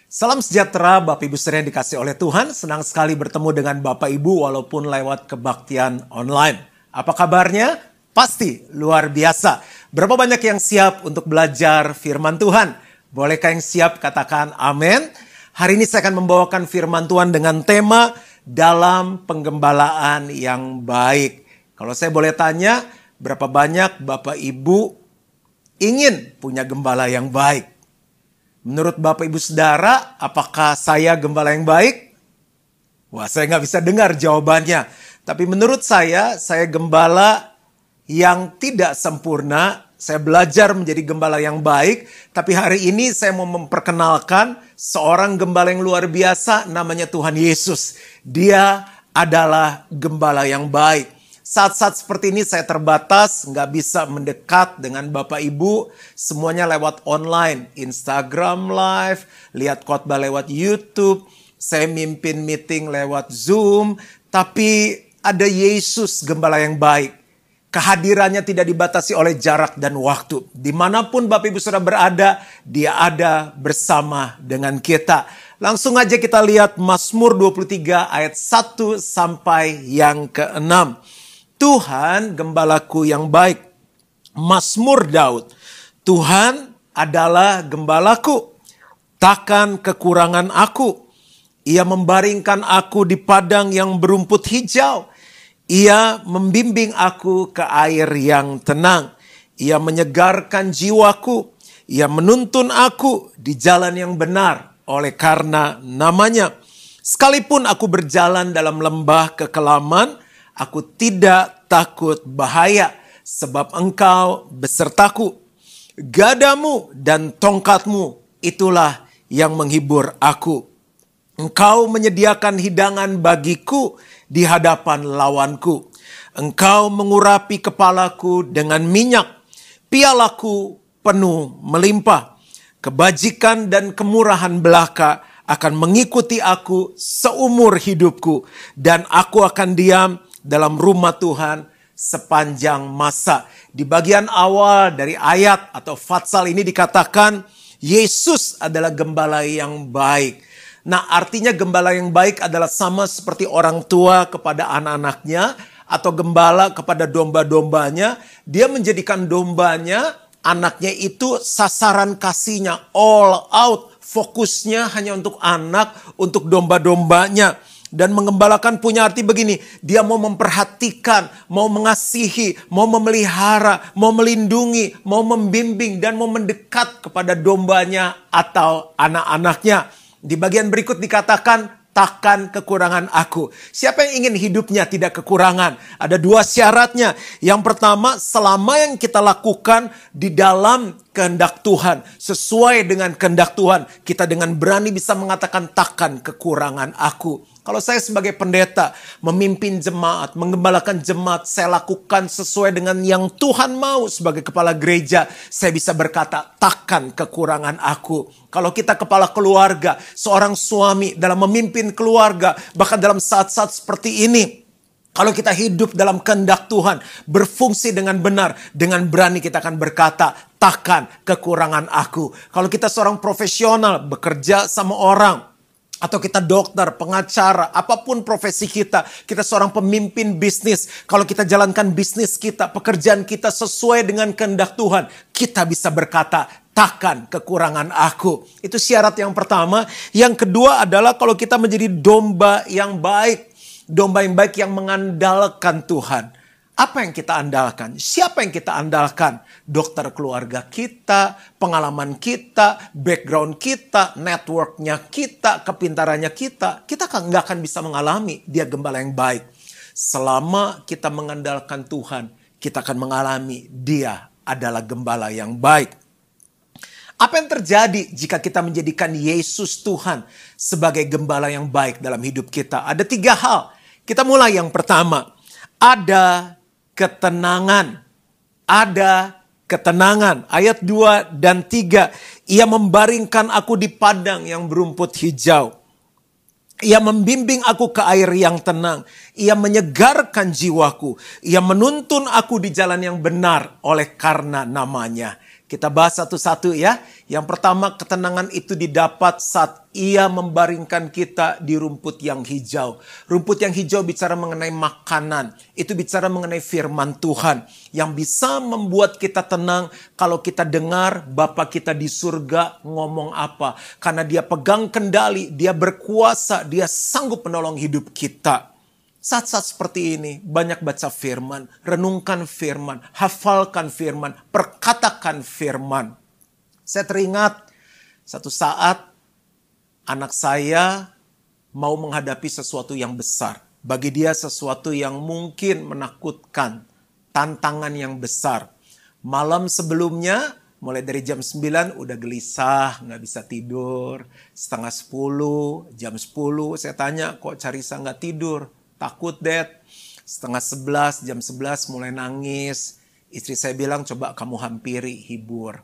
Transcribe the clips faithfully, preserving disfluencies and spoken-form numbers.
Salam sejahtera Bapak Ibu sekalian yang dikasih oleh Tuhan. Senang sekali bertemu dengan Bapak Ibu walaupun lewat kebaktian online. Apa kabarnya? Pasti luar biasa. Berapa banyak yang siap untuk belajar firman Tuhan? Bolehkah yang siap katakan amin? Hari ini saya akan membawakan firman Tuhan dengan tema dalam penggembalaan yang baik. Kalau saya boleh tanya, berapa banyak Bapak Ibu ingin punya gembala yang baik? Menurut Bapak Ibu Saudara, apakah saya gembala yang baik? Wah, saya nggak bisa dengar jawabannya. Tapi menurut saya, saya gembala yang tidak sempurna. Saya belajar menjadi gembala yang baik. Tapi hari ini saya mau memperkenalkan seorang gembala yang luar biasa, namanya Tuhan Yesus. Dia adalah gembala yang baik. Saat-saat seperti ini saya terbatas, nggak bisa mendekat dengan Bapak Ibu. Semuanya lewat online, Instagram Live, lihat khotbah lewat YouTube. Saya mimpin meeting lewat Zoom. Tapi ada Yesus gembala yang baik. Kehadirannya tidak dibatasi oleh jarak dan waktu. Dimanapun Bapak Ibu Saudara berada, dia ada bersama dengan kita. Langsung aja kita lihat Mazmur dua puluh tiga ayat satu sampai yang keenam. Tuhan gembalaku yang baik. Mazmur Daud. Tuhan adalah gembalaku. Takkan kekurangan aku. Ia membaringkan aku di padang yang berumput hijau. Ia membimbing aku ke air yang tenang. Ia menyegarkan jiwaku. Ia menuntun aku di jalan yang benar oleh karena namanya. Sekalipun aku berjalan dalam lembah kekelaman, aku tidak takut bahaya, sebab engkau besertaku. Gadamu dan tongkatmu, itulah yang menghibur aku. Engkau menyediakan hidangan bagiku di hadapan lawanku. Engkau mengurapi kepalaku dengan minyak. Pialaku penuh melimpah. Kebajikan dan kemurahan belaka akan mengikuti aku seumur hidupku. Dan aku akan diam dalam rumah Tuhan sepanjang masa. Di bagian awal dari ayat atau fatsal ini dikatakan Yesus adalah gembala yang baik. Nah, artinya gembala yang baik adalah sama seperti orang tua kepada anak-anaknya atau gembala kepada domba-dombanya. Dia menjadikan dombanya, anaknya itu sasaran kasihnya, all out. Fokusnya hanya untuk anak, untuk domba-dombanya. Dan mengembalakan punya arti begini, dia mau memperhatikan, mau mengasihi, mau memelihara, mau melindungi, mau membimbing, dan mau mendekat kepada dombanya atau anak-anaknya. Di bagian berikut dikatakan, takkan kekurangan aku. Siapa yang ingin hidupnya tidak kekurangan? Ada dua syaratnya. Yang pertama, selama yang kita lakukan di dalam kehendak Tuhan, sesuai dengan kehendak Tuhan, kita dengan berani bisa mengatakan takkan kekurangan aku. Kalau saya sebagai pendeta, memimpin jemaat, menggembalakan jemaat, saya lakukan sesuai dengan yang Tuhan mau sebagai kepala gereja. Saya bisa berkata, takkan kekurangan aku. Kalau kita kepala keluarga, seorang suami dalam memimpin keluarga, bahkan dalam saat-saat seperti ini, kalau kita hidup dalam kehendak Tuhan, berfungsi dengan benar, dengan berani kita akan berkata, takkan kekurangan aku. Kalau kita seorang profesional, bekerja sama orang, atau kita dokter, pengacara, apapun profesi kita, kita seorang pemimpin bisnis. Kalau kita jalankan bisnis kita, pekerjaan kita sesuai dengan kehendak Tuhan, kita bisa berkata, takkan kekurangan aku. Itu syarat yang pertama. Yang kedua adalah kalau kita menjadi domba yang baik. Domba yang baik yang mengandalkan Tuhan. Apa yang kita andalkan? Siapa yang kita andalkan? Dokter keluarga kita, pengalaman kita, background kita, networknya kita, kepintarannya kita. Kita kan nggak akan bisa mengalami dia gembala yang baik. Selama kita mengandalkan Tuhan, kita akan mengalami dia adalah gembala yang baik. Apa yang terjadi jika kita menjadikan Yesus Tuhan sebagai gembala yang baik dalam hidup kita? Ada tiga hal. Kita mulai yang pertama. Ada ketenangan. Ada ketenangan. Ayat dua dan tiga. Ia membaringkan aku di padang yang berumput hijau. Ia membimbing aku ke air yang tenang. Ia menyegarkan jiwaku. Ia menuntun aku di jalan yang benar oleh karena namanya. Kita bahas satu-satu ya. Yang pertama, ketenangan itu didapat saat Ia membaringkan kita di rumput yang hijau. Rumput yang hijau bicara mengenai makanan. Itu bicara mengenai firman Tuhan. Yang bisa membuat kita tenang kalau kita dengar Bapa kita di surga ngomong apa. Karena Dia pegang kendali, Dia berkuasa, Dia sanggup menolong hidup kita. Saat-saat seperti ini, banyak baca firman, renungkan firman, hafalkan firman, perkatakan firman. Saya teringat satu saat anak saya mau menghadapi sesuatu yang besar. Bagi dia sesuatu yang mungkin menakutkan, tantangan yang besar. Malam sebelumnya, mulai dari jam sembilan udah gelisah, nggak bisa tidur. Setengah sepuluh, jam sepuluh, saya tanya, kok Carissa nggak tidur? Takut, Dad. Setengah sebelas, jam sebelas mulai nangis. Istri saya bilang, coba kamu hampiri, hibur.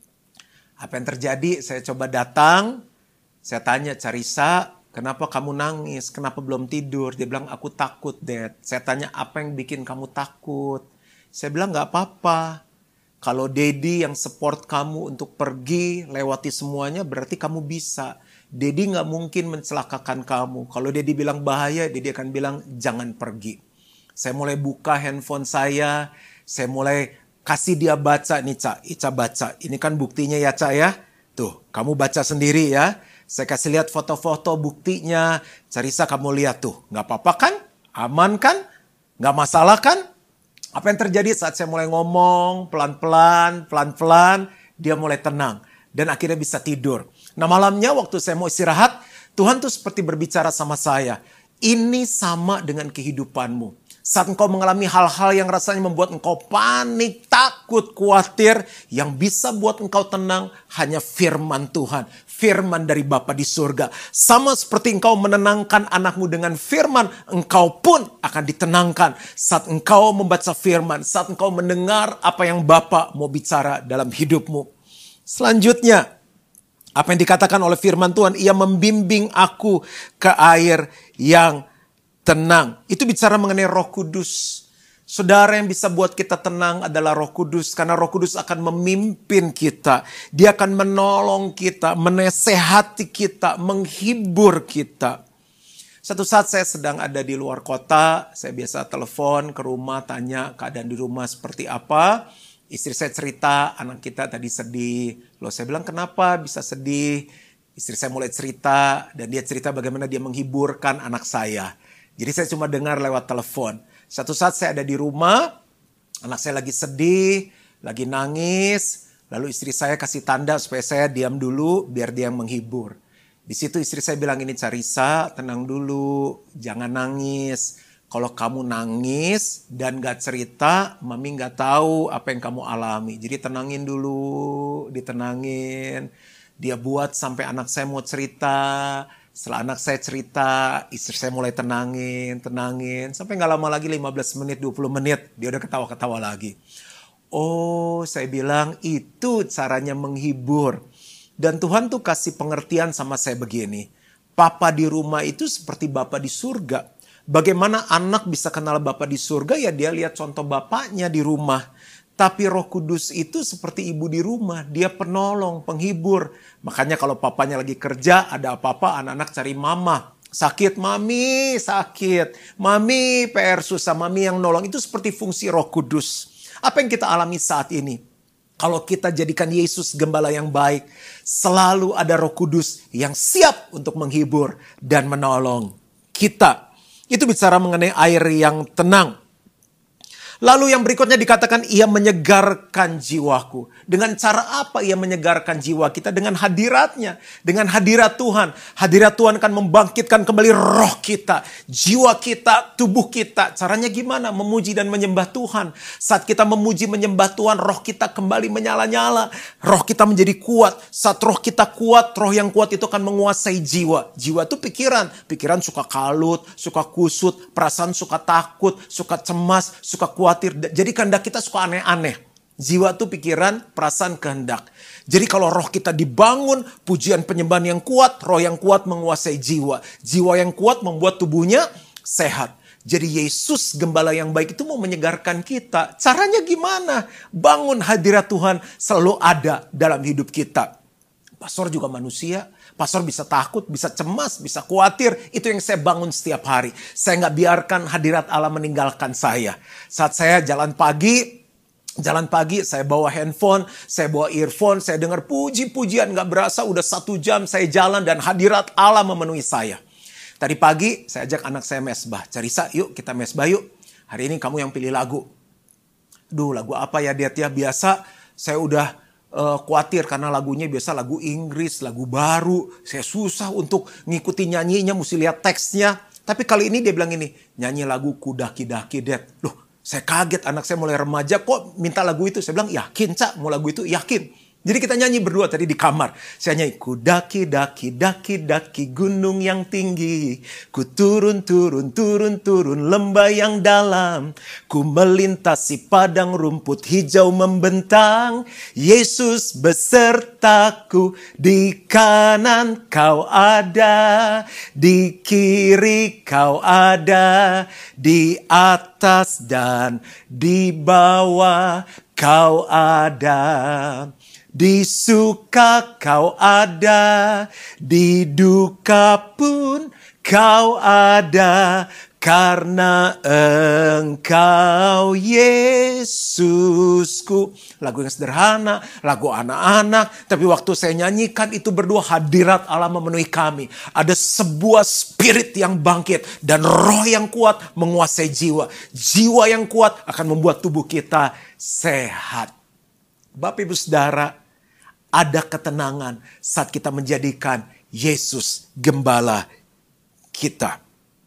Apa yang terjadi? Saya coba datang. Saya tanya, Carissa, kenapa kamu nangis? Kenapa belum tidur? Dia bilang, aku takut, Dad. Saya tanya, apa yang bikin kamu takut? Saya bilang, gak apa-apa. Kalau Daddy yang support kamu untuk pergi, lewati semuanya, berarti kamu bisa. Daddy gak mungkin mencelakakan kamu. Kalau Daddy bilang bahaya, Daddy akan bilang jangan pergi. Saya mulai buka handphone saya. Saya mulai kasih dia baca nih, Ca. Ica baca. Ini kan buktinya ya, Ca ya. Tuh, kamu baca sendiri ya. Saya kasih lihat foto-foto buktinya. Carissa kamu lihat tuh. Gak apa-apa kan? Aman kan? Gak masalah kan? Apa yang terjadi saat saya mulai ngomong pelan-pelan, pelan-pelan. Dia mulai tenang. Dan akhirnya bisa tidur. Nah malamnya waktu saya mau istirahat, Tuhan tuh seperti berbicara sama saya. Ini sama dengan kehidupanmu. Saat engkau mengalami hal-hal yang rasanya membuat engkau panik, takut, khawatir. Yang bisa buat engkau tenang hanya firman Tuhan. Firman dari Bapa di surga. Sama seperti engkau menenangkan anakmu dengan firman, engkau pun akan ditenangkan. Saat engkau membaca firman, saat engkau mendengar apa yang Bapa mau bicara dalam hidupmu. Selanjutnya, apa yang dikatakan oleh firman Tuhan, Ia membimbing aku ke air yang tenang. Itu bicara mengenai Roh Kudus. Saudara, yang bisa buat kita tenang adalah Roh Kudus. Karena Roh Kudus akan memimpin kita. Dia akan menolong kita, menasehati kita, menghibur kita. Satu saat saya sedang ada di luar kota. Saya biasa telepon ke rumah, tanya keadaan di rumah seperti apa. Istri saya cerita, anak kita tadi sedih. Loh, saya bilang, kenapa bisa sedih? Istri saya mulai cerita, dan dia cerita bagaimana dia menghiburkan anak saya. Jadi saya cuma dengar lewat telepon. Satu saat saya ada di rumah, anak saya lagi sedih, lagi nangis. Lalu istri saya kasih tanda supaya saya diam dulu, biar dia yang menghibur. Di situ istri saya bilang ini, Carissa, tenang dulu, jangan nangis. Kalau kamu nangis dan gak cerita, Mami gak tahu apa yang kamu alami. Jadi tenangin dulu, ditenangin. Dia buat sampai anak saya mau cerita. Setelah anak saya cerita, istri saya mulai tenangin, tenangin. Sampai gak lama lagi, lima belas menit, dua puluh menit, dia udah ketawa-ketawa lagi. Oh, saya bilang itu caranya menghibur. Dan Tuhan tuh kasih pengertian sama saya begini. Papa di rumah itu seperti Bapa di surga. Bagaimana anak bisa kenal Bapa di surga? Ya dia lihat contoh bapaknya di rumah. Tapi Roh Kudus itu seperti ibu di rumah. Dia penolong, penghibur. Makanya kalau papanya lagi kerja, ada apa-apa anak-anak cari mama. Sakit, Mami sakit. Mami P R susah, Mami yang nolong. Itu seperti fungsi Roh Kudus. Apa yang kita alami saat ini? Kalau kita jadikan Yesus gembala yang baik, selalu ada Roh Kudus yang siap untuk menghibur dan menolong kita. Itu bicara mengenai air yang tenang. Lalu yang berikutnya dikatakan ia menyegarkan jiwaku. Dengan cara apa ia menyegarkan jiwa kita? Dengan hadiratnya. Dengan hadirat Tuhan. Hadirat Tuhan akan membangkitkan kembali roh kita. Jiwa kita, tubuh kita. Caranya gimana? Memuji dan menyembah Tuhan. Saat kita memuji menyembah Tuhan, roh kita kembali menyala-nyala. Roh kita menjadi kuat. Saat roh kita kuat, roh yang kuat itu akan menguasai jiwa. Jiwa itu pikiran. Pikiran suka kalut, suka kusut. Perasaan suka takut, suka cemas, suka kuat. Jadi kehendak kita suka aneh-aneh. Jiwa itu pikiran, perasaan, kehendak. Jadi kalau roh kita dibangun, pujian penyembahan yang kuat, roh yang kuat menguasai jiwa. Jiwa yang kuat membuat tubuhnya sehat. Jadi Yesus gembala yang baik itu mau menyegarkan kita. Caranya gimana? Bangun hadirat Tuhan selalu ada dalam hidup kita. Pastor juga manusia. Pastor bisa takut, bisa cemas, bisa khawatir. Itu yang saya bangun setiap hari. Saya nggak biarkan hadirat Allah meninggalkan saya. Saat saya jalan pagi, jalan pagi saya bawa handphone, saya bawa earphone, saya dengar puji-pujian. Nggak berasa udah satu jam saya jalan dan hadirat Allah memenuhi saya. Tadi pagi saya ajak anak saya mesbah. Carisa, yuk kita mesbah yuk. Hari ini kamu yang pilih lagu. Duh, lagu apa ya Diat ya? Biasa saya udah Uh, khawatir karena lagunya biasa lagu Inggris, lagu baru. Saya susah untuk ngikuti nyanyinya, mesti lihat teksnya. Tapi kali ini dia bilang ini, nyanyi lagu Kudaki-daki Dad. Loh, saya kaget, anak saya mulai remaja kok minta lagu itu. Saya bilang, yakin Cak mau lagu itu? Yakin. Jadi kita nyanyi berdua tadi di kamar. Saya nyanyi, Kudaki-daki, daki-daki gunung yang tinggi. Ku turun, turun, turun, turun lembah yang dalam. Ku melintasi padang rumput hijau membentang. Yesus besertaku, di kanan kau ada. Di kiri kau ada. Di atas dan di bawah kau ada. Di suka kau ada, di duka pun kau ada, karena Engkau Yesusku. Lagu yang sederhana, lagu anak-anak, tapi waktu saya nyanyikan itu berdua hadirat Allah memenuhi kami. Ada sebuah spirit yang bangkit dan roh yang kuat menguasai jiwa. Jiwa yang kuat akan membuat tubuh kita sehat. Bapak Ibu Saudara, ada ketenangan saat kita menjadikan Yesus gembala kita.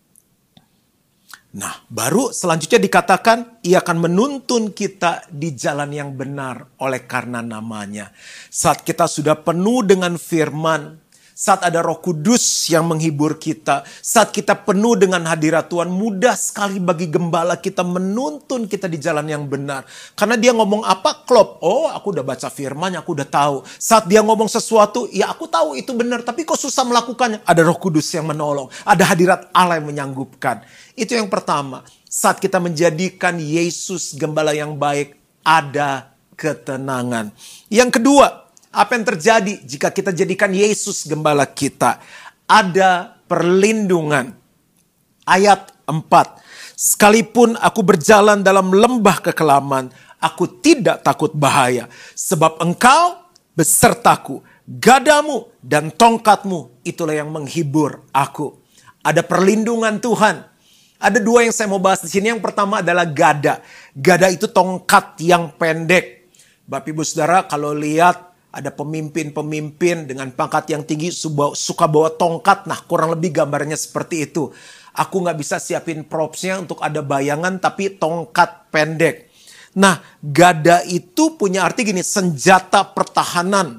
Nah, baru selanjutnya dikatakan ia akan menuntun kita di jalan yang benar oleh karena namanya. Saat kita sudah penuh dengan firman, saat ada Roh Kudus yang menghibur kita, saat kita penuh dengan hadirat Tuhan, mudah sekali bagi gembala kita menuntun kita di jalan yang benar. Karena dia ngomong apa, klop. Oh, aku udah baca firman, aku udah tahu. Saat dia ngomong sesuatu, ya aku tahu itu benar, tapi kok susah melakukannya? Ada Roh Kudus yang menolong, ada hadirat Allah yang menyanggupkan. Itu yang pertama. Saat kita menjadikan Yesus gembala yang baik, ada ketenangan. Yang kedua, apa yang terjadi jika kita jadikan Yesus gembala kita? Ada perlindungan. Ayat empat. Sekalipun aku berjalan dalam lembah kekelaman, aku tidak takut bahaya. Sebab Engkau besertaku, gadamu dan tongkatmu, itulah yang menghibur aku. Ada perlindungan Tuhan. Ada dua yang saya mau bahas di sini. Yang pertama adalah gada. Gada itu tongkat yang pendek. Bapak Ibu Saudara, kalau lihat ada pemimpin-pemimpin dengan pangkat yang tinggi suka bawa tongkat. Nah, kurang lebih gambarnya seperti itu. Aku nggak bisa siapin propsnya untuk ada bayangan, tapi tongkat pendek. Nah, gada itu punya arti gini, senjata pertahanan.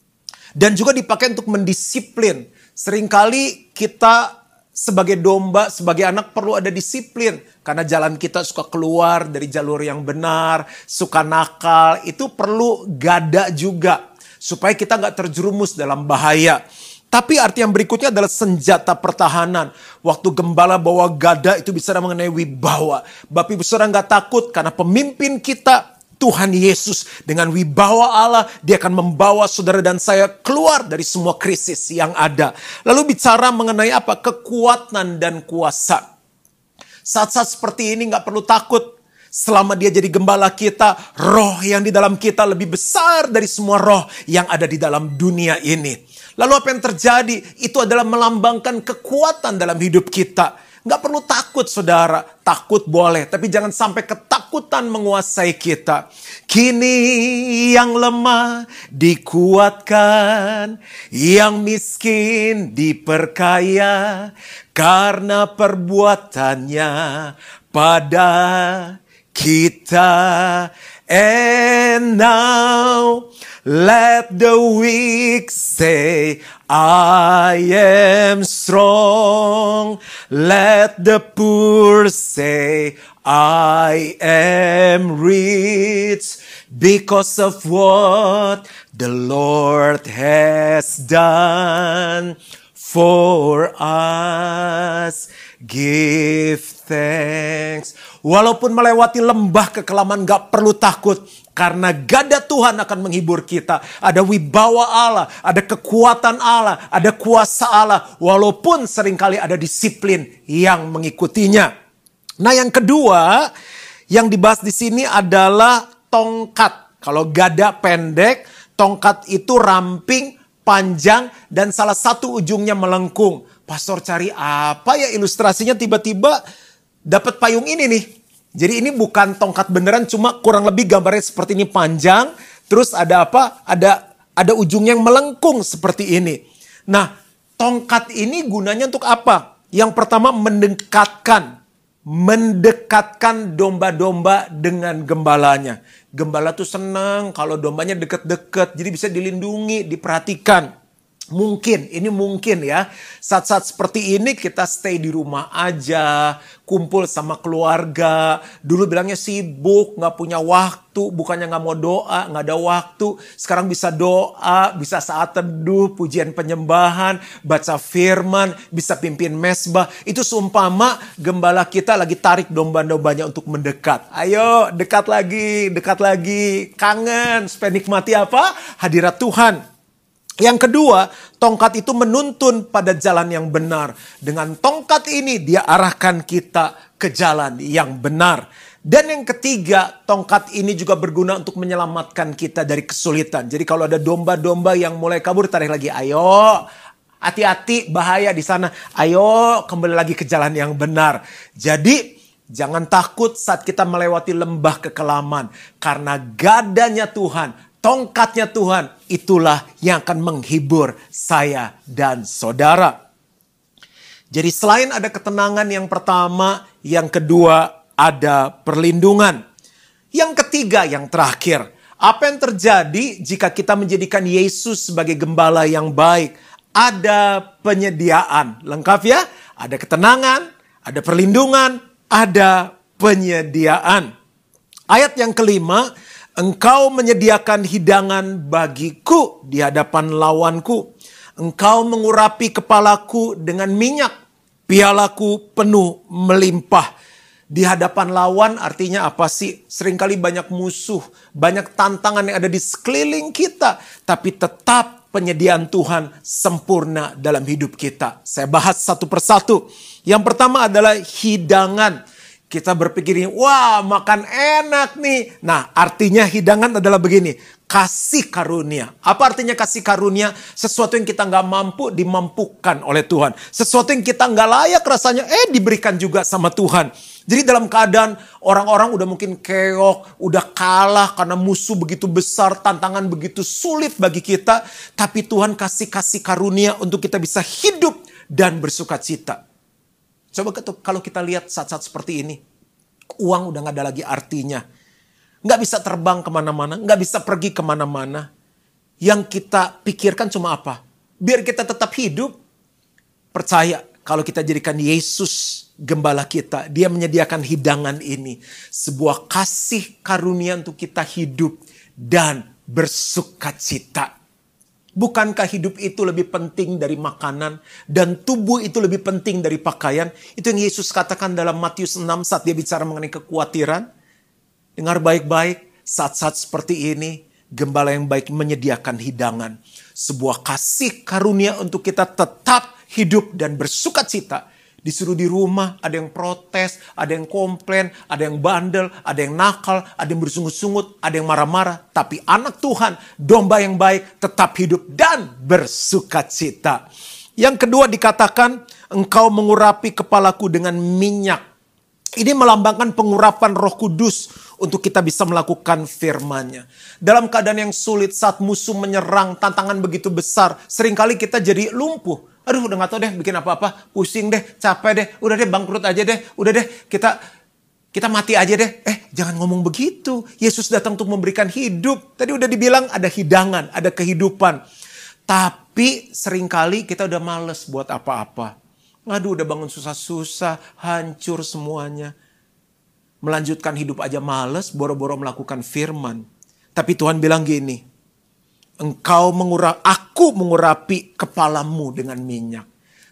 Dan juga dipakai untuk mendisiplin. Seringkali kita sebagai domba, sebagai anak perlu ada disiplin. Karena jalan kita suka keluar dari jalur yang benar, suka nakal. Itu perlu gada juga. Supaya kita nggak terjerumus dalam bahaya. Tapi arti yang berikutnya adalah senjata pertahanan. Waktu gembala bawa gada itu bisa mengenai wibawa. Bapak Ibu Saudara nggak takut karena pemimpin kita Tuhan Yesus. Dengan wibawa Allah dia akan membawa saudara dan saya keluar dari semua krisis yang ada. Lalu bicara mengenai apa? Kekuatan dan kuasa. Saat-saat seperti ini nggak perlu takut. Selama dia jadi gembala kita, roh yang di dalam kita lebih besar dari semua roh yang ada di dalam dunia ini. Lalu apa yang terjadi? Itu adalah melambangkan kekuatan dalam hidup kita. Nggak perlu takut saudara, takut boleh, tapi jangan sampai ketakutan menguasai kita. Kini yang lemah dikuatkan, yang miskin diperkaya, karena perbuatannya pada kita. And now let the weak say, I am strong. Let the poor say, I am rich because of what the Lord has done for us. Give thanks. Walaupun melewati lembah kekelaman gak perlu takut. Karena gada Tuhan akan menghibur kita. Ada wibawa Allah, ada kekuatan Allah, ada kuasa Allah. Walaupun seringkali ada disiplin yang mengikutinya. Nah, yang kedua yang dibahas di sini adalah tongkat. Kalau gada pendek, tongkat itu ramping, panjang, dan salah satu ujungnya melengkung. Pastor cari apa ya ilustrasinya, tiba-tiba dapat payung ini nih. Jadi ini bukan tongkat beneran, cuma kurang lebih gambarnya seperti ini, panjang. Terus ada apa? Ada ada ujungnya yang melengkung seperti ini. Nah, tongkat ini gunanya untuk apa? Yang pertama mendekatkan. Mendekatkan domba-domba dengan gembalanya. Gembala tuh senang kalau dombanya deket-deket, jadi bisa dilindungi, diperhatikan. Mungkin, ini mungkin ya, saat-saat seperti ini kita stay di rumah aja, kumpul sama keluarga. Dulu bilangnya sibuk, gak punya waktu, bukannya gak mau doa, gak ada waktu. Sekarang bisa doa, bisa saat teduh, pujian penyembahan, baca firman, bisa pimpin mesbah. Itu seumpama gembala kita lagi tarik domba-dombanya untuk mendekat. Ayo, dekat lagi, dekat lagi, kangen, supaya nikmati apa? Hadirat Tuhan. Yang kedua, tongkat itu menuntun pada jalan yang benar. Dengan tongkat ini dia arahkan kita ke jalan yang benar. Dan yang ketiga, tongkat ini juga berguna untuk menyelamatkan kita dari kesulitan. Jadi kalau ada domba-domba yang mulai kabur, tarik lagi. Ayo, hati-hati, bahaya di sana. Ayo, kembali lagi ke jalan yang benar. Jadi jangan takut saat kita melewati lembah kekelaman. Karena gadanya Tuhan, tongkatnya Tuhan, itulah yang akan menghibur saya dan saudara. Jadi selain ada ketenangan yang pertama, yang kedua ada perlindungan. Yang ketiga, yang terakhir, apa yang terjadi jika kita menjadikan Yesus sebagai gembala yang baik? Ada penyediaan. Lengkap ya? Ada ketenangan, ada perlindungan, ada penyediaan. Ayat yang kelima, Engkau menyediakan hidangan bagiku di hadapan lawanku. Engkau mengurapi kepalaku dengan minyak. Pialaku penuh melimpah. Di hadapan lawan artinya apa sih? Seringkali banyak musuh, banyak tantangan yang ada di sekeliling kita. Tapi tetap penyediaan Tuhan sempurna dalam hidup kita. Saya bahas satu persatu. Yang pertama adalah hidangan. Kita berpikir, wah makan enak nih. Nah, artinya hidangan adalah begini. Kasih karunia. Apa artinya kasih karunia? Sesuatu yang kita nggak mampu dimampukan oleh Tuhan. Sesuatu yang kita nggak layak rasanya, eh diberikan juga sama Tuhan. Jadi dalam keadaan orang-orang udah mungkin keok, udah kalah karena musuh begitu besar, tantangan begitu sulit bagi kita. Tapi Tuhan kasih-kasih karunia untuk kita bisa hidup dan bersuka cita. Coba kalau kita lihat saat-saat seperti ini, uang udah gak ada lagi artinya. Gak bisa terbang kemana-mana, gak bisa pergi kemana-mana. Yang kita pikirkan cuma apa? Biar kita tetap hidup. Percaya kalau kita jadikan Yesus gembala kita, dia menyediakan hidangan ini. Sebuah kasih karunia untuk kita hidup dan bersuka cita. Bukankah hidup itu lebih penting dari makanan dan tubuh itu lebih penting dari pakaian? Itu yang Yesus katakan dalam Matius enam saat dia bicara mengenai kekhawatiran. Dengar baik-baik, saat-saat seperti ini, gembala yang baik menyediakan hidangan. Sebuah kasih karunia untuk kita tetap hidup dan bersuka cita. Disuruh di rumah, ada yang protes, ada yang komplain, ada yang bandel, ada yang nakal, ada yang bersungut-sungut, ada yang marah-marah. Tapi anak Tuhan, domba yang baik, tetap hidup dan bersuka cita. Yang kedua dikatakan, engkau mengurapi kepalaku dengan minyak. Ini melambangkan pengurapan Roh Kudus untuk kita bisa melakukan firman-Nya. Dalam keadaan yang sulit saat musuh menyerang, tantangan begitu besar, seringkali kita jadi lumpuh. Aduh udah gak tau deh bikin apa-apa, pusing deh, capek deh, udah deh bangkrut aja deh, udah deh kita kita mati aja deh. Eh jangan ngomong begitu, Yesus datang untuk memberikan hidup. Tadi udah dibilang ada hidangan, ada kehidupan. Tapi seringkali kita udah males buat apa-apa. Aduh udah bangun susah-susah, hancur semuanya. Melanjutkan hidup aja males, boro-boro melakukan firman. Tapi Tuhan bilang gini, Engkau mengurap, aku mengurapi kepalamu dengan minyak.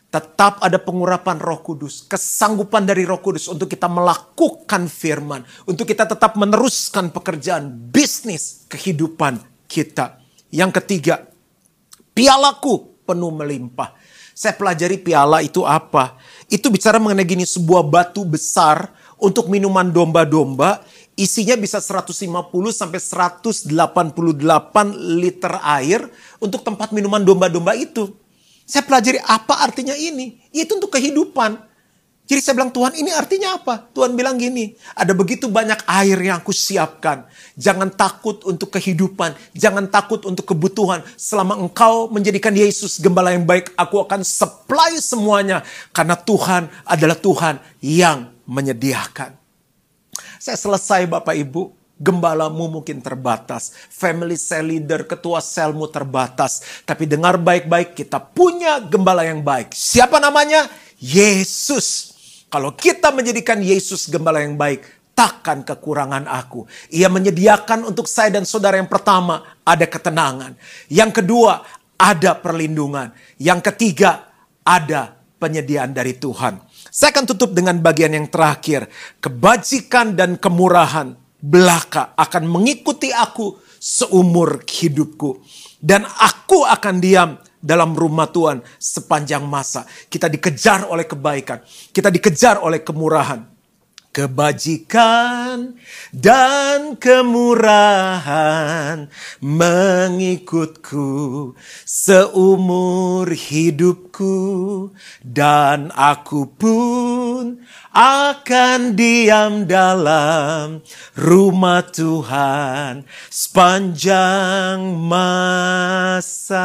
tetap ada pengurapan Roh Kudus, kesanggupan dari Roh Kudus untuk kita melakukan firman, untuk kita tetap meneruskan pekerjaan, bisnis, kehidupan kita. Yang ketiga, pialaku penuh melimpah. Saya pelajari piala itu apa? Itu bicara mengenai gini, sebuah batu besar untuk minuman domba-domba, isinya bisa seratus lima puluh sampai seratus delapan puluh delapan liter air untuk tempat minuman domba-domba itu. Saya pelajari apa artinya ini. Itu untuk kehidupan. Jadi saya bilang, Tuhan ini artinya apa? Tuhan bilang gini, ada begitu banyak air yang aku siapkan. Jangan takut untuk kehidupan. Jangan takut untuk kebutuhan. Selama engkau menjadikan Yesus gembala yang baik, aku akan supply semuanya. Karena Tuhan adalah Tuhan yang menyediakan. Saya selesai Bapak Ibu. Gembalamu mungkin terbatas. Family cell leader, ketua selmu terbatas. Tapi dengar baik-baik, kita punya gembala yang baik. Siapa namanya? Yesus. Kalau kita menjadikan Yesus gembala yang baik, takkan kekurangan aku. Ia menyediakan untuk saya dan saudara yang pertama, ada ketenangan. Yang kedua, ada perlindungan. Yang ketiga, ada penyediaan dari Tuhan. Saya akan tutup dengan bagian yang terakhir. Kebajikan dan kemurahan belaka akan mengikuti aku seumur hidupku. Dan aku akan diam dalam rumah Tuhan sepanjang masa. Kita dikejar oleh kebaikan. Kita dikejar oleh kemurahan. Kebajikan dan kemurahan mengikutku seumur hidupku. Dan aku pun akan diam dalam rumah Tuhan sepanjang masa.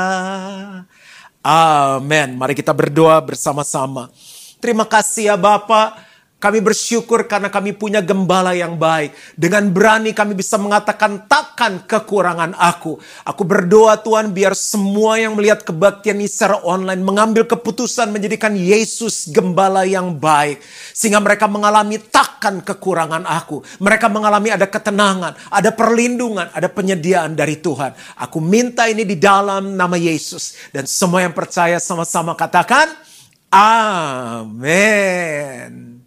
Amin. Mari kita berdoa bersama-sama. Terima kasih ya Bapa. Kami bersyukur karena kami punya gembala yang baik. Dengan berani kami bisa mengatakan takkan kekurangan aku. Aku berdoa Tuhan biar semua yang melihat kebaktian ini secara online mengambil keputusan menjadikan Yesus gembala yang baik. Sehingga mereka mengalami takkan kekurangan aku. Mereka mengalami ada ketenangan, ada perlindungan, ada penyediaan dari Tuhan. Aku minta ini di dalam nama Yesus. Dan semua yang percaya sama-sama katakan, amin.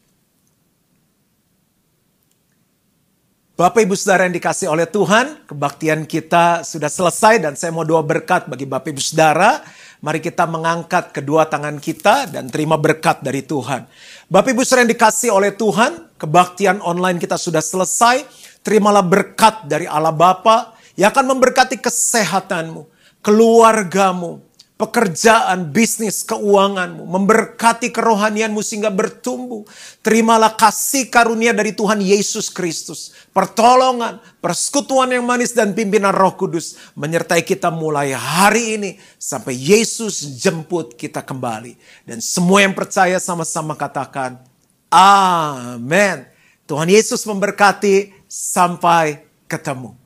Bapak Ibu Saudara yang dikasih oleh Tuhan, kebaktian kita sudah selesai dan saya mau doa berkat bagi Bapak Ibu Saudara. Mari kita mengangkat kedua tangan kita dan terima berkat dari Tuhan. Bapak Ibu Saudara yang dikasih oleh Tuhan, kebaktian online kita sudah selesai. Terimalah berkat dari Allah Bapa yang akan memberkati kesehatanmu, keluargamu, pekerjaan, bisnis, keuanganmu, memberkati kerohanianmu sehingga bertumbuh. Terimalah kasih karunia dari Tuhan Yesus Kristus, pertolongan, persekutuan yang manis dan pimpinan Roh Kudus menyertai kita mulai hari ini sampai Yesus jemput kita kembali. Dan semua yang percaya sama-sama katakan, amin. Tuhan Yesus memberkati, sampai ketemu.